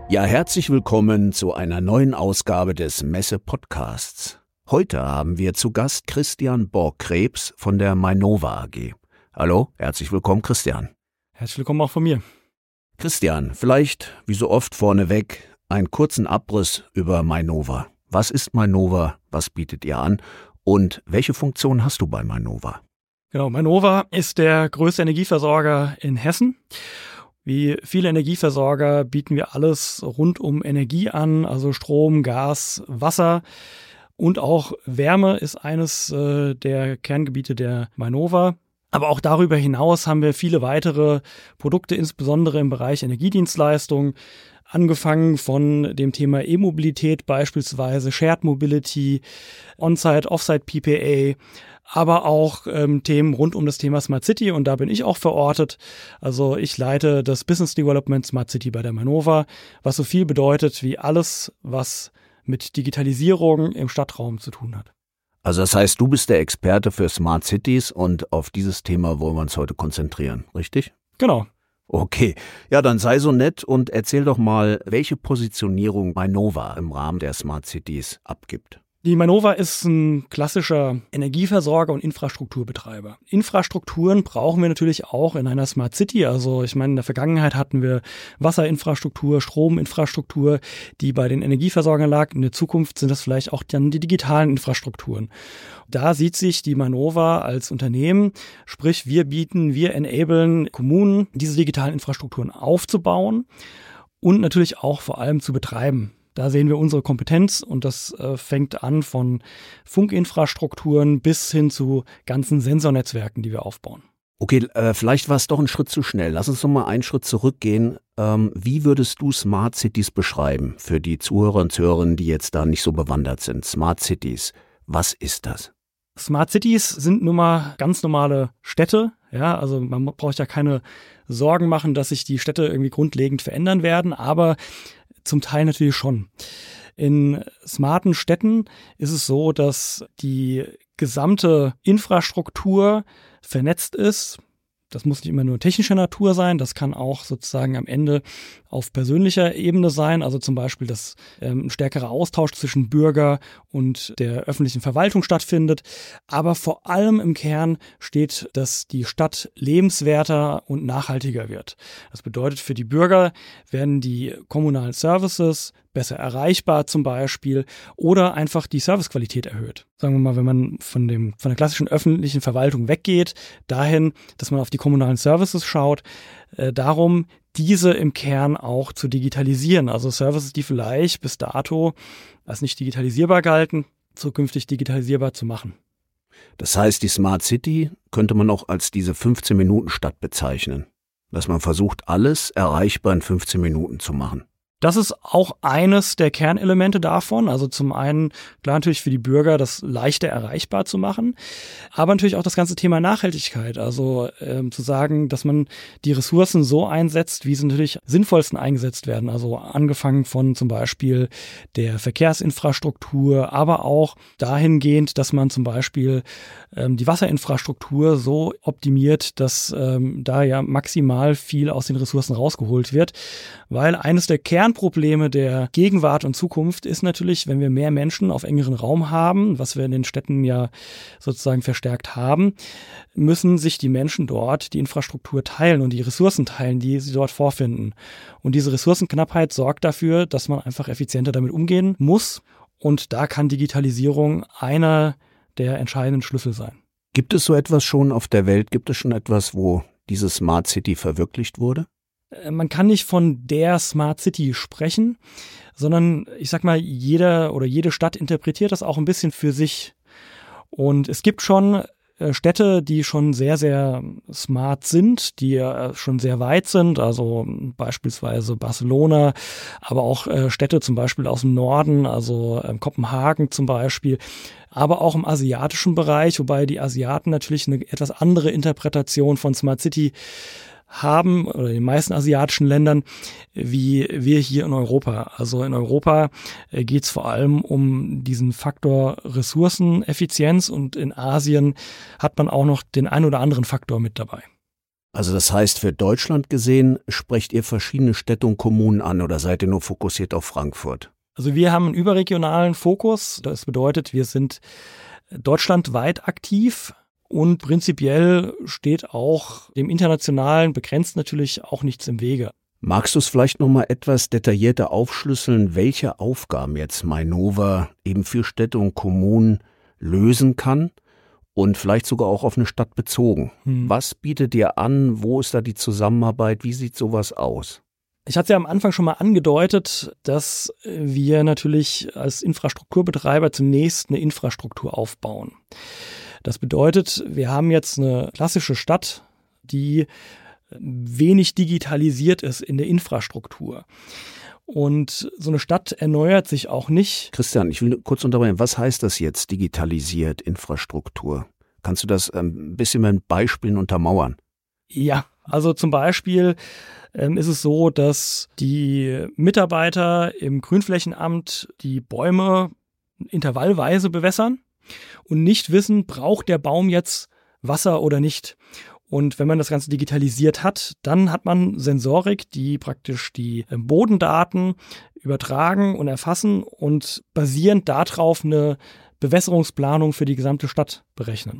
Ja, herzlich willkommen zu einer neuen Ausgabe des Messe-Podcasts. Heute haben wir zu Gast Christian Borg-Krebs von der Mainova AG. Hallo, herzlich willkommen, Christian. Herzlich willkommen auch von mir. Christian, vielleicht, wie so oft vorneweg, einen kurzen Abriss über Mainova. Was ist Mainova? Was bietet ihr an? Und welche Funktion hast du bei Mainova? Genau, Mainova ist der größte Energieversorger in Hessen. Wie viele Energieversorger bieten wir alles rund um Energie an, also Strom, Gas, Wasser und auch Wärme ist eines der Kerngebiete der Mainova. Aber auch darüber hinaus haben wir viele weitere Produkte, insbesondere im Bereich Energiedienstleistungen, angefangen von dem Thema E-Mobilität, beispielsweise Shared Mobility, On-Site, Off-Site PPA, aber auch Themen rund um das Thema Smart City, und da bin ich auch verortet. Also ich leite das Business Development Smart City bei der Mainova, was so viel bedeutet wie alles, was mit Digitalisierung im Stadtraum zu tun hat. Also das heißt, du bist der Experte für Smart Cities und auf dieses Thema wollen wir uns heute konzentrieren, richtig? Genau. Okay, ja, dann sei so nett und erzähl doch mal, welche Positionierung Mainova im Rahmen der Smart Cities abgibt. Die Mainova ist ein klassischer Energieversorger und Infrastrukturbetreiber. Infrastrukturen brauchen wir natürlich auch in einer Smart City. Also ich meine, in der Vergangenheit hatten wir Wasserinfrastruktur, Strominfrastruktur, die bei den Energieversorgern lag. In der Zukunft sind das vielleicht auch dann die digitalen Infrastrukturen. Da sieht sich die Mainova als Unternehmen, sprich wir enablen Kommunen, diese digitalen Infrastrukturen aufzubauen und natürlich auch vor allem zu betreiben. Da sehen wir unsere Kompetenz, und das fängt an von Funkinfrastrukturen bis hin zu ganzen Sensornetzwerken, die wir aufbauen. Okay, vielleicht war es doch ein Schritt zu schnell. Lass uns noch mal einen Schritt zurückgehen. Wie würdest du Smart Cities beschreiben für die Zuhörer und Zuhörerinnen, die jetzt da nicht so bewandert sind? Smart Cities, was ist das? Smart Cities sind nun mal ganz normale Städte. Ja, also man braucht ja keine Sorgen machen, dass sich die Städte irgendwie grundlegend verändern werden, aber zum Teil natürlich schon. In smarten Städten ist es so, dass die gesamte Infrastruktur vernetzt ist. Das muss nicht immer nur technischer Natur sein, das kann auch sozusagen am Ende auf persönlicher Ebene sein, also zum Beispiel, dass ein stärkerer Austausch zwischen Bürger und der öffentlichen Verwaltung stattfindet. Aber vor allem im Kern steht, dass die Stadt lebenswerter und nachhaltiger wird. Das bedeutet, für die Bürger werden die kommunalen Services besser erreichbar zum Beispiel oder einfach die Servicequalität erhöht. Sagen wir mal, wenn man von der klassischen öffentlichen Verwaltung weggeht, dahin, dass man auf die kommunalen Services schaut, darum, diese im Kern auch zu digitalisieren. Also Services, die vielleicht bis dato als nicht digitalisierbar galten, zukünftig digitalisierbar zu machen. Das heißt, die Smart City könnte man auch als diese 15-Minuten-Stadt bezeichnen. Dass man versucht, alles erreichbar in 15 Minuten zu machen. Das ist auch eines der Kernelemente davon. Also zum einen, klar natürlich für die Bürger das leichter erreichbar zu machen, aber natürlich auch das ganze Thema Nachhaltigkeit. Also zu sagen, dass man die Ressourcen so einsetzt, wie sie natürlich sinnvollsten eingesetzt werden. Also angefangen von zum Beispiel der Verkehrsinfrastruktur, aber auch dahingehend, dass man zum Beispiel die Wasserinfrastruktur so optimiert, dass da ja maximal viel aus den Ressourcen rausgeholt wird. Weil eines der Kernprobleme der Gegenwart und Zukunft ist natürlich, wenn wir mehr Menschen auf engeren Raum haben, was wir in den Städten ja sozusagen verstärkt haben, müssen sich die Menschen dort die Infrastruktur teilen und die Ressourcen teilen, die sie dort vorfinden. Und diese Ressourcenknappheit sorgt dafür, dass man einfach effizienter damit umgehen muss. Und da kann Digitalisierung einer der entscheidenden Schlüssel sein. Gibt es so etwas schon auf der Welt? Gibt es schon etwas, wo diese Smart City verwirklicht wurde? Man kann nicht von der Smart City sprechen, sondern ich sag mal, jeder oder jede Stadt interpretiert das auch ein bisschen für sich. Und es gibt schon Städte, die schon sehr, sehr smart sind, die schon sehr weit sind, also beispielsweise Barcelona, aber auch Städte zum Beispiel aus dem Norden, also Kopenhagen zum Beispiel, aber auch im asiatischen Bereich, wobei die Asiaten natürlich eine etwas andere Interpretation von Smart City haben, oder in den meisten asiatischen Ländern, wie wir hier in Europa. Also in Europa geht es vor allem um diesen Faktor Ressourceneffizienz, und in Asien hat man auch noch den ein oder anderen Faktor mit dabei. Also das heißt, für Deutschland gesehen, sprecht ihr verschiedene Städte und Kommunen an oder seid ihr nur fokussiert auf Frankfurt? Also wir haben einen überregionalen Fokus. Das bedeutet, wir sind deutschlandweit aktiv und prinzipiell steht auch dem Internationalen begrenzt natürlich auch nichts im Wege. Magst du es vielleicht noch mal etwas detaillierter aufschlüsseln, welche Aufgaben jetzt Mainova eben für Städte und Kommunen lösen kann und vielleicht sogar auch auf eine Stadt bezogen? Was bietet ihr an? Wo ist da die Zusammenarbeit? Wie sieht sowas aus? Ich hatte ja am Anfang schon mal angedeutet, dass wir natürlich als Infrastrukturbetreiber zunächst eine Infrastruktur aufbauen. Das bedeutet, wir haben jetzt eine klassische Stadt, die wenig digitalisiert ist in der Infrastruktur. Und so eine Stadt erneuert sich auch nicht. Christian, ich will kurz unterbrechen. Was heißt das jetzt, digitalisiert Infrastruktur? Kannst du das ein bisschen mit Beispielen untermauern? Ja, also zum Beispiel ist es so, dass die Mitarbeiter im Grünflächenamt die Bäume intervallweise bewässern und nicht wissen, braucht der Baum jetzt Wasser oder nicht. Und wenn man das Ganze digitalisiert hat, dann hat man Sensorik, die praktisch die Bodendaten übertragen und erfassen und basierend darauf eine Bewässerungsplanung für die gesamte Stadt berechnen.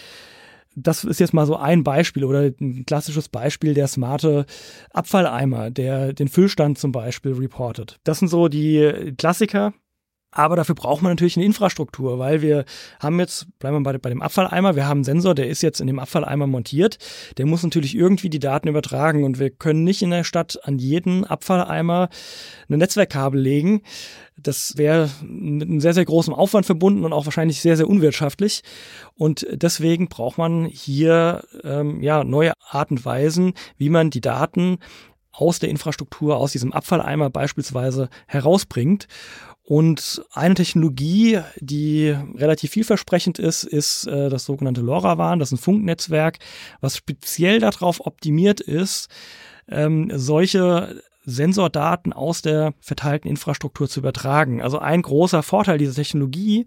Das ist jetzt mal so ein Beispiel oder ein klassisches Beispiel, der smarte Abfalleimer, der den Füllstand zum Beispiel reportet. Das sind so die Klassiker. Aber dafür braucht man natürlich eine Infrastruktur, weil wir haben jetzt, bleiben wir bei dem Abfalleimer, wir haben einen Sensor, der ist jetzt in dem Abfalleimer montiert. Der muss natürlich irgendwie die Daten übertragen und wir können nicht in der Stadt an jeden Abfalleimer eine Netzwerkkabel legen. Das wäre mit einem sehr, sehr großen Aufwand verbunden und auch wahrscheinlich sehr, sehr unwirtschaftlich. Und deswegen braucht man hier neue Art und Weisen, wie man die Daten aus der Infrastruktur, aus diesem Abfalleimer beispielsweise herausbringt. Und eine Technologie, die relativ vielversprechend ist das sogenannte LoRaWAN. Das ist ein Funknetzwerk, was speziell darauf optimiert ist, solche Sensordaten aus der verteilten Infrastruktur zu übertragen. Also ein großer Vorteil dieser Technologie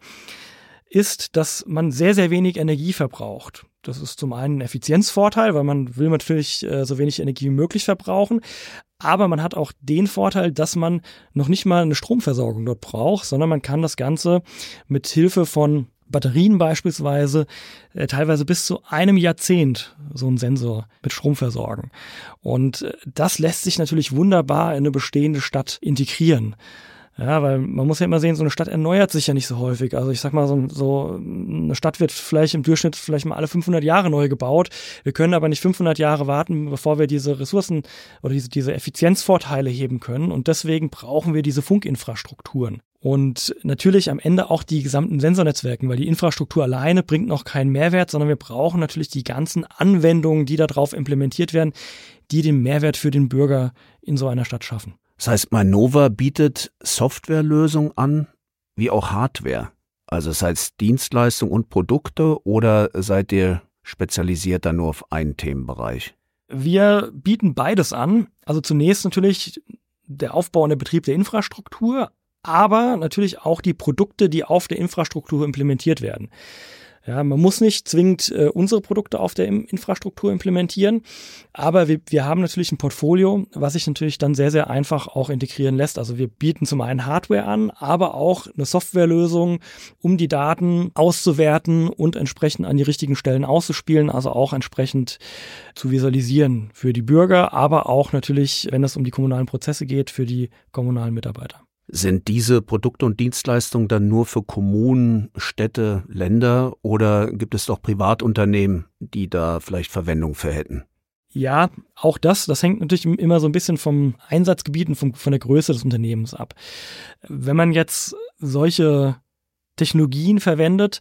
ist, dass man sehr, sehr wenig Energie verbraucht. Das ist zum einen ein Effizienzvorteil, weil man will natürlich so wenig Energie wie möglich verbrauchen. Aber man hat auch den Vorteil, dass man noch nicht mal eine Stromversorgung dort braucht, sondern man kann das Ganze mit Hilfe von Batterien beispielsweise teilweise bis zu einem Jahrzehnt so einen Sensor mit Strom versorgen. Und das lässt sich natürlich wunderbar in eine bestehende Stadt integrieren. Ja, weil man muss ja immer sehen, so eine Stadt erneuert sich ja nicht so häufig. Also ich sag mal, so eine Stadt wird vielleicht im Durchschnitt vielleicht mal alle 500 Jahre neu gebaut. Wir können aber nicht 500 Jahre warten, bevor wir diese Ressourcen oder diese Effizienzvorteile heben können. Und deswegen brauchen wir diese Funkinfrastrukturen. Und natürlich am Ende auch die gesamten Sensornetzwerken, weil die Infrastruktur alleine bringt noch keinen Mehrwert, sondern wir brauchen natürlich die ganzen Anwendungen, die darauf implementiert werden, die den Mehrwert für den Bürger in so einer Stadt schaffen. Das heißt, Mainova bietet Softwarelösungen an, wie auch Hardware. Also das heißt Dienstleistung und Produkte oder seid ihr spezialisiert dann nur auf einen Themenbereich? Wir bieten beides an. Also zunächst natürlich der Aufbau und der Betrieb der Infrastruktur, aber natürlich auch die Produkte, die auf der Infrastruktur implementiert werden. Ja, man muss nicht zwingend unsere Produkte auf der Infrastruktur implementieren, aber wir haben natürlich ein Portfolio, was sich natürlich dann sehr, sehr einfach auch integrieren lässt. Also wir bieten zum einen Hardware an, aber auch eine Softwarelösung, um die Daten auszuwerten und entsprechend an die richtigen Stellen auszuspielen, also auch entsprechend zu visualisieren für die Bürger, aber auch natürlich, wenn es um die kommunalen Prozesse geht, für die kommunalen Mitarbeiter. Sind diese Produkte und Dienstleistungen dann nur für Kommunen, Städte, Länder oder gibt es doch Privatunternehmen, die da vielleicht Verwendung für hätten? Ja, auch das hängt natürlich immer so ein bisschen vom Einsatzgebiet und von der Größe des Unternehmens ab. Wenn man jetzt solche Technologien verwendet,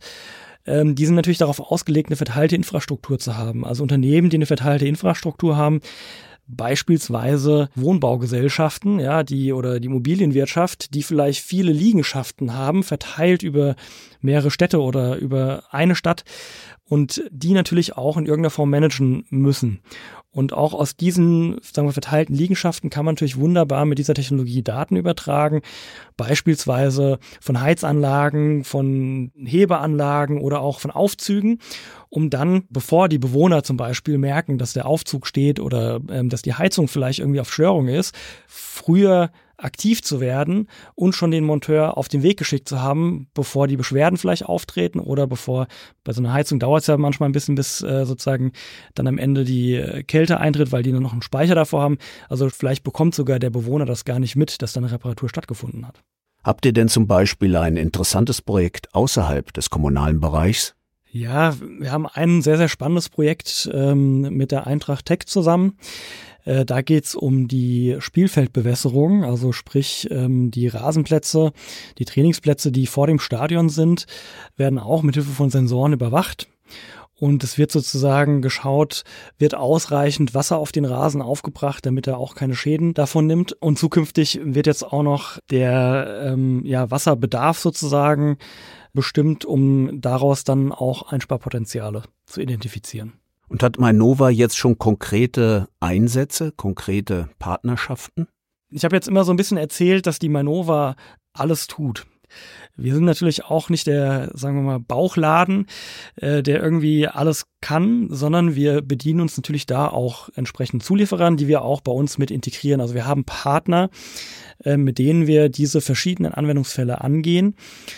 die sind natürlich darauf ausgelegt, eine verteilte Infrastruktur zu haben. Also Unternehmen, die eine verteilte Infrastruktur haben, beispielsweise Wohnbaugesellschaften, ja, die Immobilienwirtschaft, die vielleicht viele Liegenschaften haben, verteilt über mehrere Städte oder über eine Stadt und die natürlich auch in irgendeiner Form managen müssen. Und auch aus diesen, sagen wir, verteilten Liegenschaften kann man natürlich wunderbar mit dieser Technologie Daten übertragen, beispielsweise von Heizanlagen, von Hebeanlagen oder auch von Aufzügen, um dann, bevor die Bewohner zum Beispiel merken, dass der Aufzug steht oder dass die Heizung vielleicht irgendwie auf Störung ist, früher aktiv zu werden und schon den Monteur auf den Weg geschickt zu haben, bevor die Beschwerden vielleicht auftreten oder bevor, bei so einer Heizung dauert es ja manchmal ein bisschen, bis sozusagen dann am Ende die Kälte eintritt, weil die nur noch einen Speicher davor haben. Also vielleicht bekommt sogar der Bewohner das gar nicht mit, dass da eine Reparatur stattgefunden hat. Habt ihr denn zum Beispiel ein interessantes Projekt außerhalb des kommunalen Bereichs? Ja, wir haben ein sehr, sehr spannendes Projekt mit der Eintracht Tech zusammen. Da geht's um die Spielfeldbewässerung, also sprich die Rasenplätze, die Trainingsplätze, die vor dem Stadion sind, werden auch mit Hilfe von Sensoren überwacht. Und es wird sozusagen geschaut, wird ausreichend Wasser auf den Rasen aufgebracht, damit er auch keine Schäden davon nimmt. Und zukünftig wird jetzt auch noch der Wasserbedarf sozusagen bestimmt, um daraus dann auch Einsparpotenziale zu identifizieren. Und hat Mainova jetzt schon konkrete Einsätze, konkrete Partnerschaften? Ich habe jetzt immer so ein bisschen erzählt, dass die Mainova alles tut. Wir sind natürlich auch nicht der, sagen wir mal, Bauchladen, der irgendwie alles kann, sondern wir bedienen uns natürlich da auch entsprechend Zulieferern, die wir auch bei uns mit integrieren. Also wir haben Partner, mit denen wir diese verschiedenen Anwendungsfälle angehen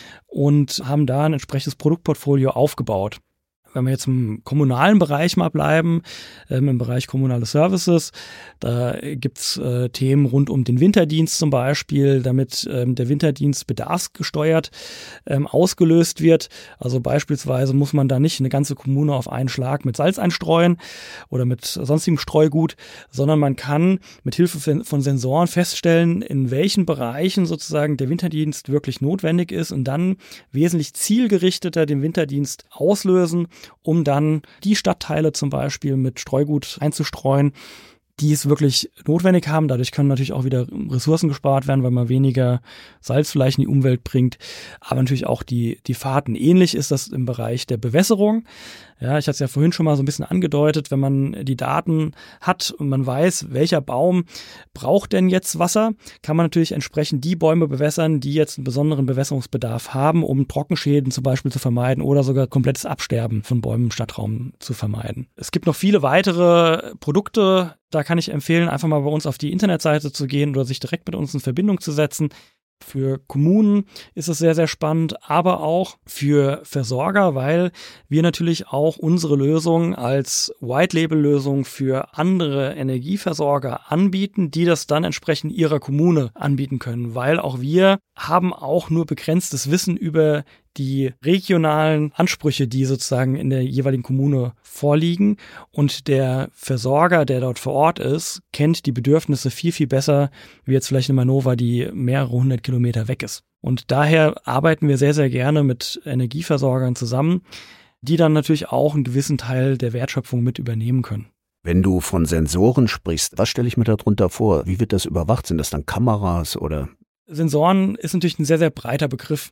und haben da ein entsprechendes Produktportfolio aufgebaut. Wenn wir jetzt im kommunalen Bereich mal bleiben, im Bereich kommunale Services, da gibt's Themen rund um den Winterdienst zum Beispiel, damit der Winterdienst bedarfsgesteuert ausgelöst wird. Also beispielsweise muss man da nicht eine ganze Kommune auf einen Schlag mit Salz einstreuen oder mit sonstigem Streugut, sondern man kann mit Hilfe von Sensoren feststellen, in welchen Bereichen sozusagen der Winterdienst wirklich notwendig ist und dann wesentlich zielgerichteter den Winterdienst auslösen, um dann die Stadtteile zum Beispiel mit Streugut einzustreuen, die es wirklich notwendig haben. Dadurch können natürlich auch wieder Ressourcen gespart werden, weil man weniger Salz vielleicht in die Umwelt bringt. Aber natürlich auch die Fahrten. Ähnlich ist das im Bereich der Bewässerung. Ja, ich hatte es ja vorhin schon mal so ein bisschen angedeutet, wenn man die Daten hat und man weiß, welcher Baum braucht denn jetzt Wasser, kann man natürlich entsprechend die Bäume bewässern, die jetzt einen besonderen Bewässerungsbedarf haben, um Trockenschäden zum Beispiel zu vermeiden oder sogar komplettes Absterben von Bäumen im Stadtraum zu vermeiden. Es gibt noch viele weitere Produkte. Da kann ich empfehlen, einfach mal bei uns auf die Internetseite zu gehen oder sich direkt mit uns in Verbindung zu setzen. Für Kommunen ist es sehr, sehr spannend, aber auch für Versorger, weil wir natürlich auch unsere Lösung als White-Label-Lösung für andere Energieversorger anbieten, die das dann entsprechend ihrer Kommune anbieten können, weil auch wir haben auch nur begrenztes Wissen über die regionalen Ansprüche, die sozusagen in der jeweiligen Kommune vorliegen. Und der Versorger, der dort vor Ort ist, kennt die Bedürfnisse viel, viel besser, wie jetzt vielleicht eine Mainova, die mehrere 100 Kilometer weg ist. Und daher arbeiten wir sehr, sehr gerne mit Energieversorgern zusammen, die dann natürlich auch einen gewissen Teil der Wertschöpfung mit übernehmen können. Wenn du von Sensoren sprichst, was stelle ich mir darunter vor? Wie wird das überwacht? Sind das dann Kameras oder? Sensoren ist natürlich ein sehr, sehr breiter Begriff.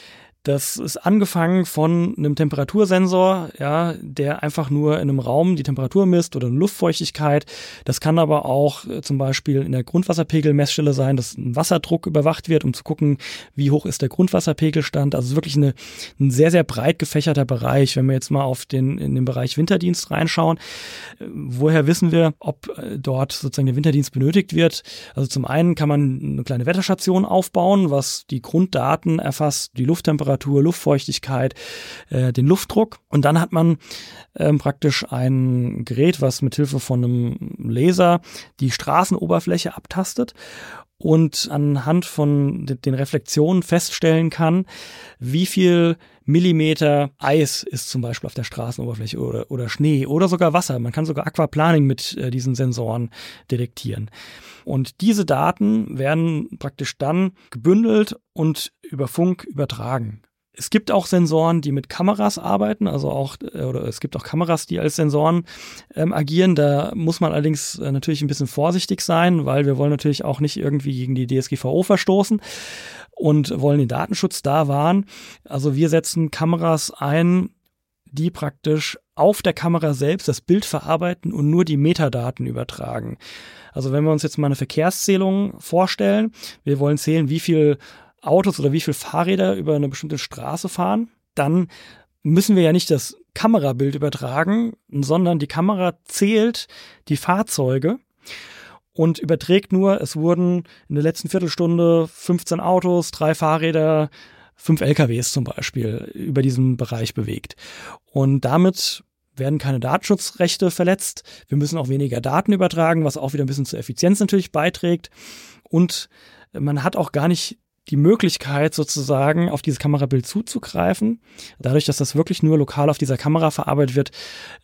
Das ist angefangen von einem Temperatursensor, ja, der einfach nur in einem Raum die Temperatur misst oder eine Luftfeuchtigkeit. Das kann aber auch zum Beispiel in der Grundwasserpegelmessstelle sein, dass ein Wasserdruck überwacht wird, um zu gucken, wie hoch ist der Grundwasserpegelstand. Also wirklich ein sehr, sehr breit gefächerter Bereich. Wenn wir jetzt mal in den Bereich Winterdienst reinschauen, woher wissen wir, ob dort sozusagen der Winterdienst benötigt wird? Also zum einen kann man eine kleine Wetterstation aufbauen, was die Grunddaten erfasst, die Lufttemperatur, Luftfeuchtigkeit, den Luftdruck. Und dann hat man praktisch ein Gerät, was mit Hilfe von einem Laser die Straßenoberfläche abtastet und anhand von den Reflexionen feststellen kann, wie viel Millimeter Eis ist zum Beispiel auf der Straßenoberfläche oder Schnee oder sogar Wasser. Man kann sogar Aquaplaning mit diesen Sensoren detektieren. Und diese Daten werden praktisch dann gebündelt und über Funk übertragen. Es gibt auch Sensoren, die mit Kameras arbeiten, oder es gibt auch Kameras, die als Sensoren agieren. Da muss man allerdings natürlich ein bisschen vorsichtig sein, weil wir wollen natürlich auch nicht irgendwie gegen die DSGVO verstoßen und wollen den Datenschutz da wahren. Also wir setzen Kameras ein, die praktisch auf der Kamera selbst das Bild verarbeiten und nur die Metadaten übertragen. Also wenn wir uns jetzt mal eine Verkehrszählung vorstellen, wir wollen zählen, wie viele Autos oder wie viele Fahrräder über eine bestimmte Straße fahren, dann müssen wir ja nicht das Kamerabild übertragen, sondern die Kamera zählt die Fahrzeuge und überträgt nur, es wurden in der letzten Viertelstunde 15 Autos, 3 Fahrräder, 5 LKWs zum Beispiel über diesen Bereich bewegt. Und damit werden keine Datenschutzrechte verletzt. Wir müssen auch weniger Daten übertragen, was auch wieder ein bisschen zur Effizienz natürlich beiträgt. Und man hat auch gar nicht die Möglichkeit sozusagen auf dieses Kamerabild zuzugreifen. Dadurch, dass das wirklich nur lokal auf dieser Kamera verarbeitet wird,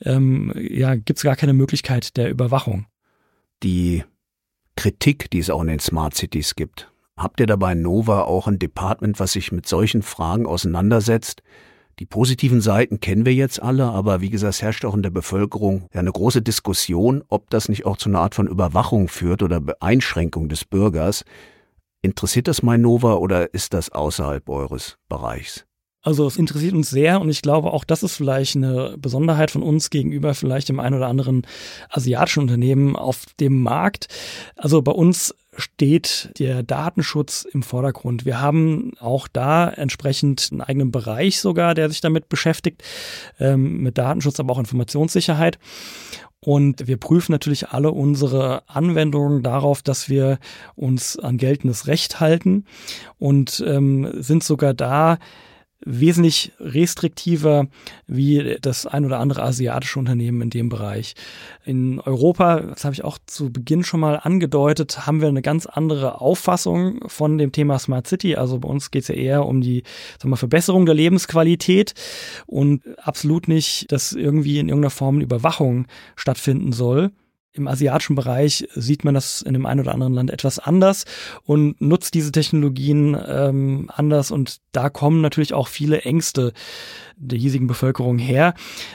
gibt es gar keine Möglichkeit der Überwachung. Die Kritik, die es auch in den Smart Cities gibt. Habt ihr dabei Nova auch ein Department, was sich mit solchen Fragen auseinandersetzt? Die positiven Seiten kennen wir jetzt alle, aber wie gesagt, es herrscht auch in der Bevölkerung ja eine große Diskussion, ob das nicht auch zu einer Art von Überwachung führt oder Einschränkung des Bürgers. Interessiert das Nova oder ist das außerhalb eures Bereichs? Also es interessiert uns sehr und ich glaube auch, das ist vielleicht eine Besonderheit von uns gegenüber vielleicht dem einen oder anderen asiatischen Unternehmen auf dem Markt. Also bei uns steht der Datenschutz im Vordergrund. Wir haben auch da entsprechend einen eigenen Bereich sogar, der sich damit beschäftigt, mit Datenschutz, aber auch Informationssicherheit. Und wir prüfen natürlich alle unsere Anwendungen darauf, dass wir uns an geltendes Recht halten und sind sogar da wesentlich restriktiver wie das ein oder andere asiatische Unternehmen in dem Bereich. In Europa, das habe ich auch zu Beginn schon mal angedeutet, haben wir eine ganz andere Auffassung von dem Thema Smart City. Also bei uns geht es ja eher um die Verbesserung der Lebensqualität und absolut nicht, dass irgendwie in irgendeiner Form eine Überwachung stattfinden soll. Im asiatischen Bereich sieht man das in dem einen oder anderen Land etwas anders und nutzt diese Technologien anders. Und da kommen natürlich auch viele Ängste der hiesigen Bevölkerung her.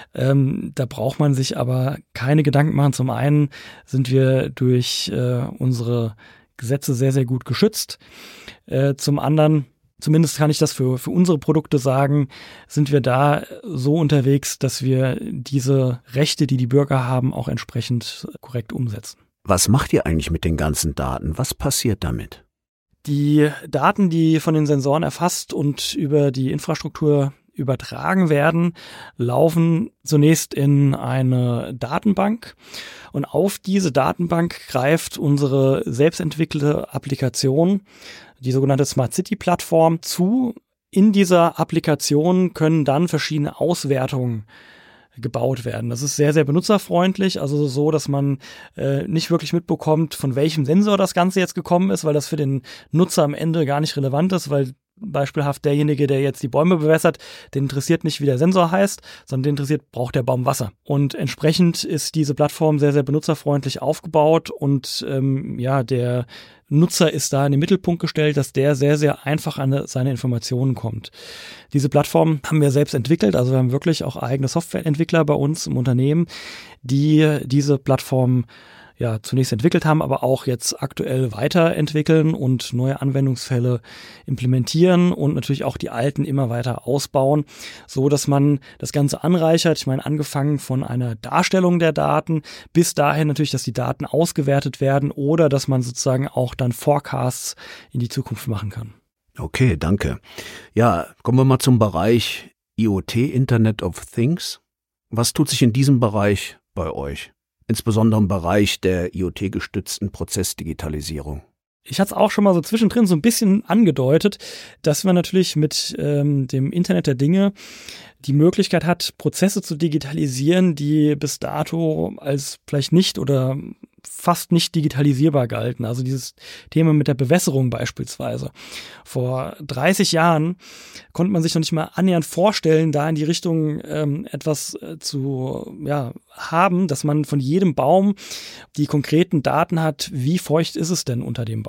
Da braucht man sich aber keine Gedanken machen. Zum einen sind wir durch unsere Gesetze sehr, sehr gut geschützt. Zum anderen, zumindest kann ich das für unsere Produkte sagen, sind wir da so unterwegs, dass wir diese Rechte, die die Bürger haben, auch entsprechend korrekt umsetzen. Was macht ihr eigentlich mit den ganzen Daten? Was passiert damit? Die Daten, die von den Sensoren erfasst und über die Infrastruktur übertragen werden, laufen zunächst in eine Datenbank und auf diese Datenbank greift unsere selbstentwickelte Applikation, die sogenannte Smart City Plattform, zu. In dieser Applikation können dann verschiedene Auswertungen gebaut werden. Das ist sehr, sehr benutzerfreundlich, also so, dass man nicht wirklich mitbekommt, von welchem Sensor das Ganze jetzt gekommen ist, weil das für den Nutzer am Ende gar nicht relevant ist, weil beispielhaft derjenige, der jetzt die Bäume bewässert, den interessiert nicht, wie der Sensor heißt, sondern den interessiert, braucht der Baum Wasser. Und entsprechend ist diese Plattform sehr, sehr benutzerfreundlich aufgebaut und der Nutzer ist da in den Mittelpunkt gestellt, dass der sehr, sehr einfach an seine Informationen kommt. Diese Plattform haben wir selbst entwickelt, also wir haben wirklich auch eigene Softwareentwickler bei uns im Unternehmen, die diese Plattform zunächst entwickelt haben, aber auch jetzt aktuell weiterentwickeln und neue Anwendungsfälle implementieren und natürlich auch die alten immer weiter ausbauen, so dass man das Ganze anreichert. Ich meine, angefangen von einer Darstellung der Daten bis dahin natürlich, dass die Daten ausgewertet werden oder dass man sozusagen auch dann Forecasts in die Zukunft machen kann. Okay, danke. Ja, kommen wir mal zum Bereich IoT, Internet of Things. Was tut sich in diesem Bereich bei euch? Insbesondere im Bereich der IoT-gestützten Prozessdigitalisierung. Ich hatte es auch schon mal so zwischendrin so ein bisschen angedeutet, dass man natürlich mit dem Internet der Dinge die Möglichkeit hat, Prozesse zu digitalisieren, die bis dato als vielleicht nicht oder fast nicht digitalisierbar galten. Also dieses Thema mit der Bewässerung beispielsweise. Vor 30 Jahren konnte man sich noch nicht mal annähernd vorstellen, da in die Richtung etwas zu haben, dass man von jedem Baum die konkreten Daten hat, wie feucht ist es denn unter dem Baum.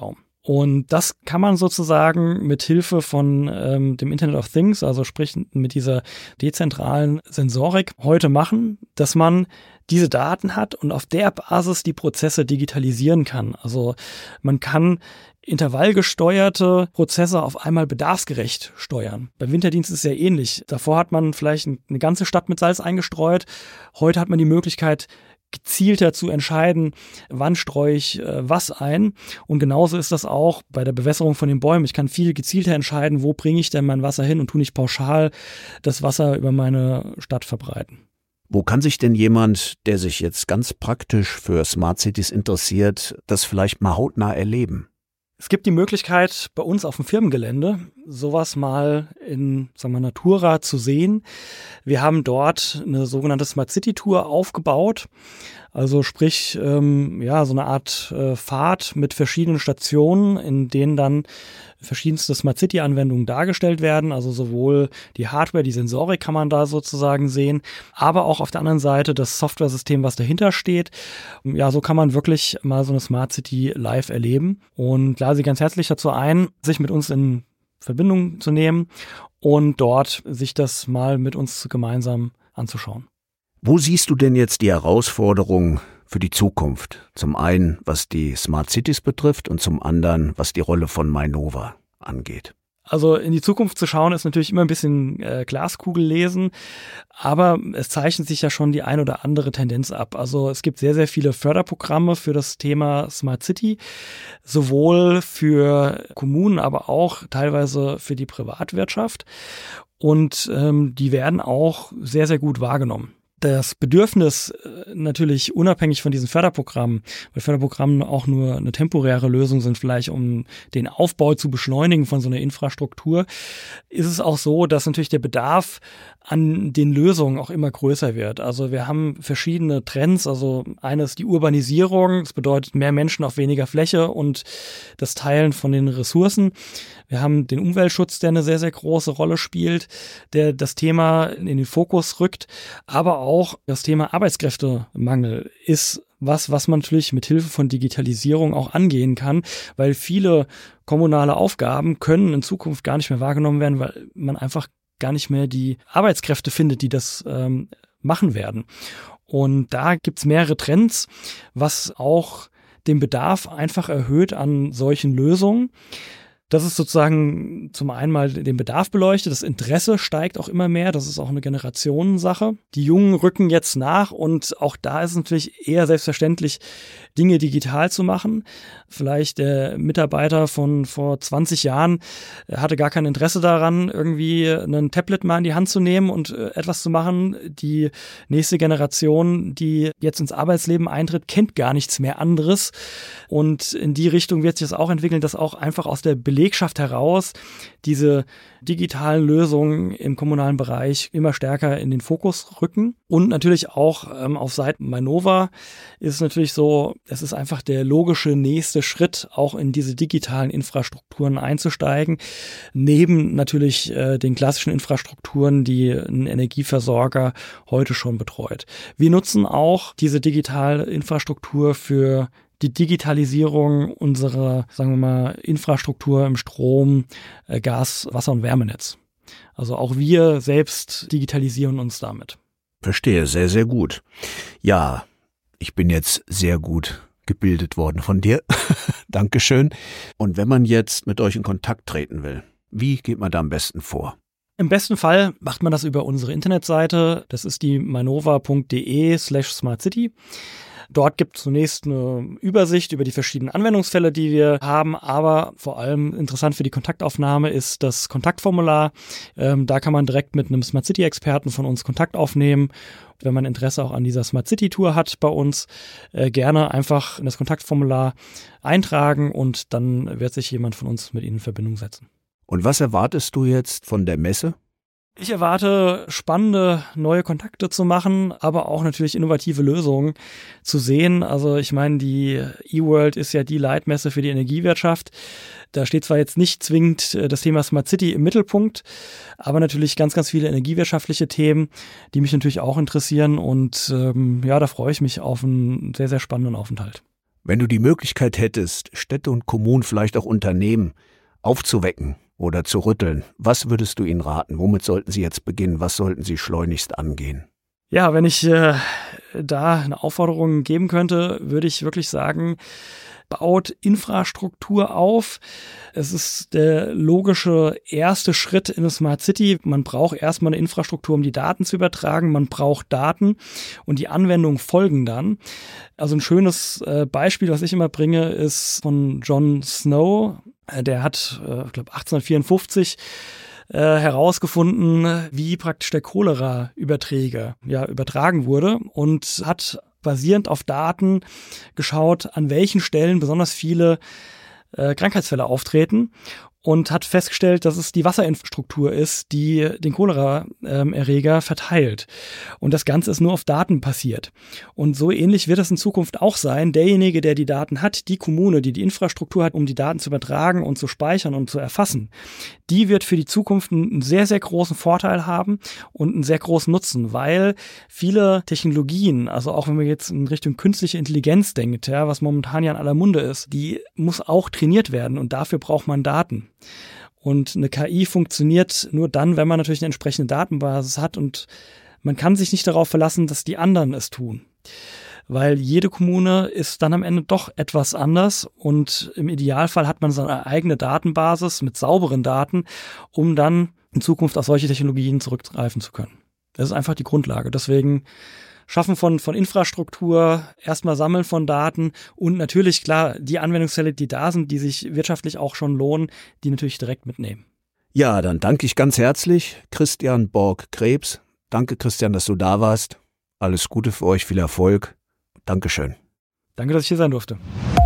Und das kann man sozusagen mit Hilfe von dem Internet of Things, also sprich mit dieser dezentralen Sensorik heute machen, dass man diese Daten hat und auf der Basis die Prozesse digitalisieren kann. Also man kann intervallgesteuerte Prozesse auf einmal bedarfsgerecht steuern. Beim Winterdienst ist es ja ähnlich. Davor hat man vielleicht eine ganze Stadt mit Salz eingestreut. Heute hat man die Möglichkeit, gezielter zu entscheiden, wann streue ich was ein. Und genauso ist das auch bei der Bewässerung von den Bäumen. Ich kann viel gezielter entscheiden, wo bringe ich denn mein Wasser hin und tue nicht pauschal das Wasser über meine Stadt verbreiten. Wo kann sich denn jemand, der sich jetzt ganz praktisch für Smart Cities interessiert, das vielleicht mal hautnah erleben? Es gibt die Möglichkeit, bei uns auf dem Firmengelände sowas mal in, sagen wir, Natura zu sehen. Wir haben dort eine sogenannte Smart City Tour aufgebaut. Also sprich, so eine Art Pfad mit verschiedenen Stationen, in denen dann verschiedenste Smart City Anwendungen dargestellt werden. Also sowohl die Hardware, die Sensorik kann man da sozusagen sehen, aber auch auf der anderen Seite das Software-System, was dahinter steht. Ja, so kann man wirklich mal so eine Smart City live erleben. Und lade Sie ganz herzlich dazu ein, sich mit uns in Verbindung zu nehmen und dort sich das mal mit uns gemeinsam anzuschauen. Wo siehst du denn jetzt die Herausforderung für die Zukunft? Zum einen, was die Smart Cities betrifft und zum anderen, was die Rolle von Mainova angeht. Also in die Zukunft zu schauen, ist natürlich immer ein bisschen Glaskugel lesen, aber es zeichnet sich ja schon die ein oder andere Tendenz ab. Also es gibt sehr, sehr viele Förderprogramme für das Thema Smart City, sowohl für Kommunen, aber auch teilweise für die Privatwirtschaft. Und die werden auch sehr, sehr gut wahrgenommen. Das Bedürfnis natürlich unabhängig von diesen Förderprogrammen, weil Förderprogramme auch nur eine temporäre Lösung sind, vielleicht um den Aufbau zu beschleunigen von so einer Infrastruktur, ist es auch so, dass natürlich der Bedarf an den Lösungen auch immer größer wird. Also wir haben verschiedene Trends. Also eines die Urbanisierung, das bedeutet mehr Menschen auf weniger Fläche und das Teilen von den Ressourcen. Wir haben den Umweltschutz, der eine sehr, sehr große Rolle spielt, der das Thema in den Fokus rückt. Aber auch das Thema Arbeitskräftemangel ist was man natürlich mit Hilfe von Digitalisierung auch angehen kann, weil viele kommunale Aufgaben können in Zukunft gar nicht mehr wahrgenommen werden, weil man einfach gar nicht mehr die Arbeitskräfte findet, die das machen werden. Und da gibt's mehrere Trends, was auch den Bedarf einfach erhöht an solchen Lösungen. Das ist sozusagen zum einen mal den Bedarf beleuchtet, das Interesse steigt auch immer mehr, das ist auch eine Generationensache. Die Jungen rücken jetzt nach und auch da ist es natürlich eher selbstverständlich, Dinge digital zu machen. Vielleicht der Mitarbeiter von vor 20 Jahren hatte gar kein Interesse daran, irgendwie ein Tablet mal in die Hand zu nehmen und etwas zu machen. Die nächste Generation, die jetzt ins Arbeitsleben eintritt, kennt gar nichts mehr anderes. Und in die Richtung wird sich das auch entwickeln, dass auch einfach aus der Belegschaft heraus diese digitalen Lösungen im kommunalen Bereich immer stärker in den Fokus rücken. Und natürlich auch auf Seiten Mainova ist es natürlich so, es ist einfach der logische nächste Schritt, auch in diese digitalen Infrastrukturen einzusteigen, neben natürlich den klassischen Infrastrukturen, die ein Energieversorger heute schon betreut. Wir nutzen auch diese digitale Infrastruktur für die Digitalisierung unserer, sagen wir mal, Infrastruktur im Strom, Gas, Wasser- und Wärmenetz. Also auch wir selbst digitalisieren uns damit. Verstehe, sehr, sehr gut. Ja, ich bin jetzt sehr gut gebildet worden von dir. Dankeschön. Und wenn man jetzt mit euch in Kontakt treten will, wie geht man da am besten vor? Im besten Fall macht man das über unsere Internetseite. Das ist die mainova.de/smartcity. Dort gibt es zunächst eine Übersicht über die verschiedenen Anwendungsfälle, die wir haben, aber vor allem interessant für die Kontaktaufnahme ist das Kontaktformular. Da kann man direkt mit einem Smart City-Experten von uns Kontakt aufnehmen. Wenn man Interesse auch an dieser Smart City-Tour hat bei uns, gerne einfach in das Kontaktformular eintragen und dann wird sich jemand von uns mit Ihnen in Verbindung setzen. Und was erwartest du jetzt von der Messe? Ich erwarte spannende neue Kontakte zu machen, aber auch natürlich innovative Lösungen zu sehen. Also ich meine, die eWorld ist ja die Leitmesse für die Energiewirtschaft. Da steht zwar jetzt nicht zwingend das Thema Smart City im Mittelpunkt, aber natürlich ganz, ganz viele energiewirtschaftliche Themen, die mich natürlich auch interessieren. Und da freue ich mich auf einen sehr, sehr spannenden Aufenthalt. Wenn du die Möglichkeit hättest, Städte und Kommunen, vielleicht auch Unternehmen aufzuwecken oder zu rütteln, was würdest du ihnen raten? Womit sollten sie jetzt beginnen? Was sollten sie schleunigst angehen? Ja, wenn ich da eine Aufforderung geben könnte, würde ich wirklich sagen, baut Infrastruktur auf. Es ist der logische erste Schritt in eine Smart City. Man braucht erstmal eine Infrastruktur, um die Daten zu übertragen. Man braucht Daten und die Anwendungen folgen dann. Also ein schönes Beispiel, was ich immer bringe, ist von John Snow. Der hat, ich glaube, 1854 herausgefunden, wie praktisch der Cholera-Überträge übertragen wurde und hat basierend auf Daten geschaut, an welchen Stellen besonders viele Krankheitsfälle auftreten und hat festgestellt, dass es die Wasserinfrastruktur ist, die den Cholera-Erreger verteilt. Und das Ganze ist nur auf Daten passiert. Und so ähnlich wird es in Zukunft auch sein. Derjenige, der die Daten hat, die Kommune, die die Infrastruktur hat, um die Daten zu übertragen und zu speichern und zu erfassen, die wird für die Zukunft einen sehr, sehr großen Vorteil haben und einen sehr großen Nutzen, weil viele Technologien, also auch wenn man jetzt in Richtung künstliche Intelligenz denkt, ja, was momentan ja in aller Munde ist, die muss auch trainiert werden und dafür braucht man Daten. Und eine KI funktioniert nur dann, wenn man natürlich eine entsprechende Datenbasis hat und man kann sich nicht darauf verlassen, dass die anderen es tun. Weil jede Kommune ist dann am Ende doch etwas anders und im Idealfall hat man seine eigene Datenbasis mit sauberen Daten, um dann in Zukunft auf solche Technologien zurückgreifen zu können. Das ist einfach die Grundlage. Deswegen Schaffen von Infrastruktur, erstmal Sammeln von Daten und natürlich, klar, die Anwendungsfälle, die da sind, die sich wirtschaftlich auch schon lohnen, die natürlich direkt mitnehmen. Ja, dann danke ich ganz herzlich Christian Borg-Krebs. Danke, Christian, dass du da warst. Alles Gute für euch, viel Erfolg. Dankeschön. Danke, dass ich hier sein durfte.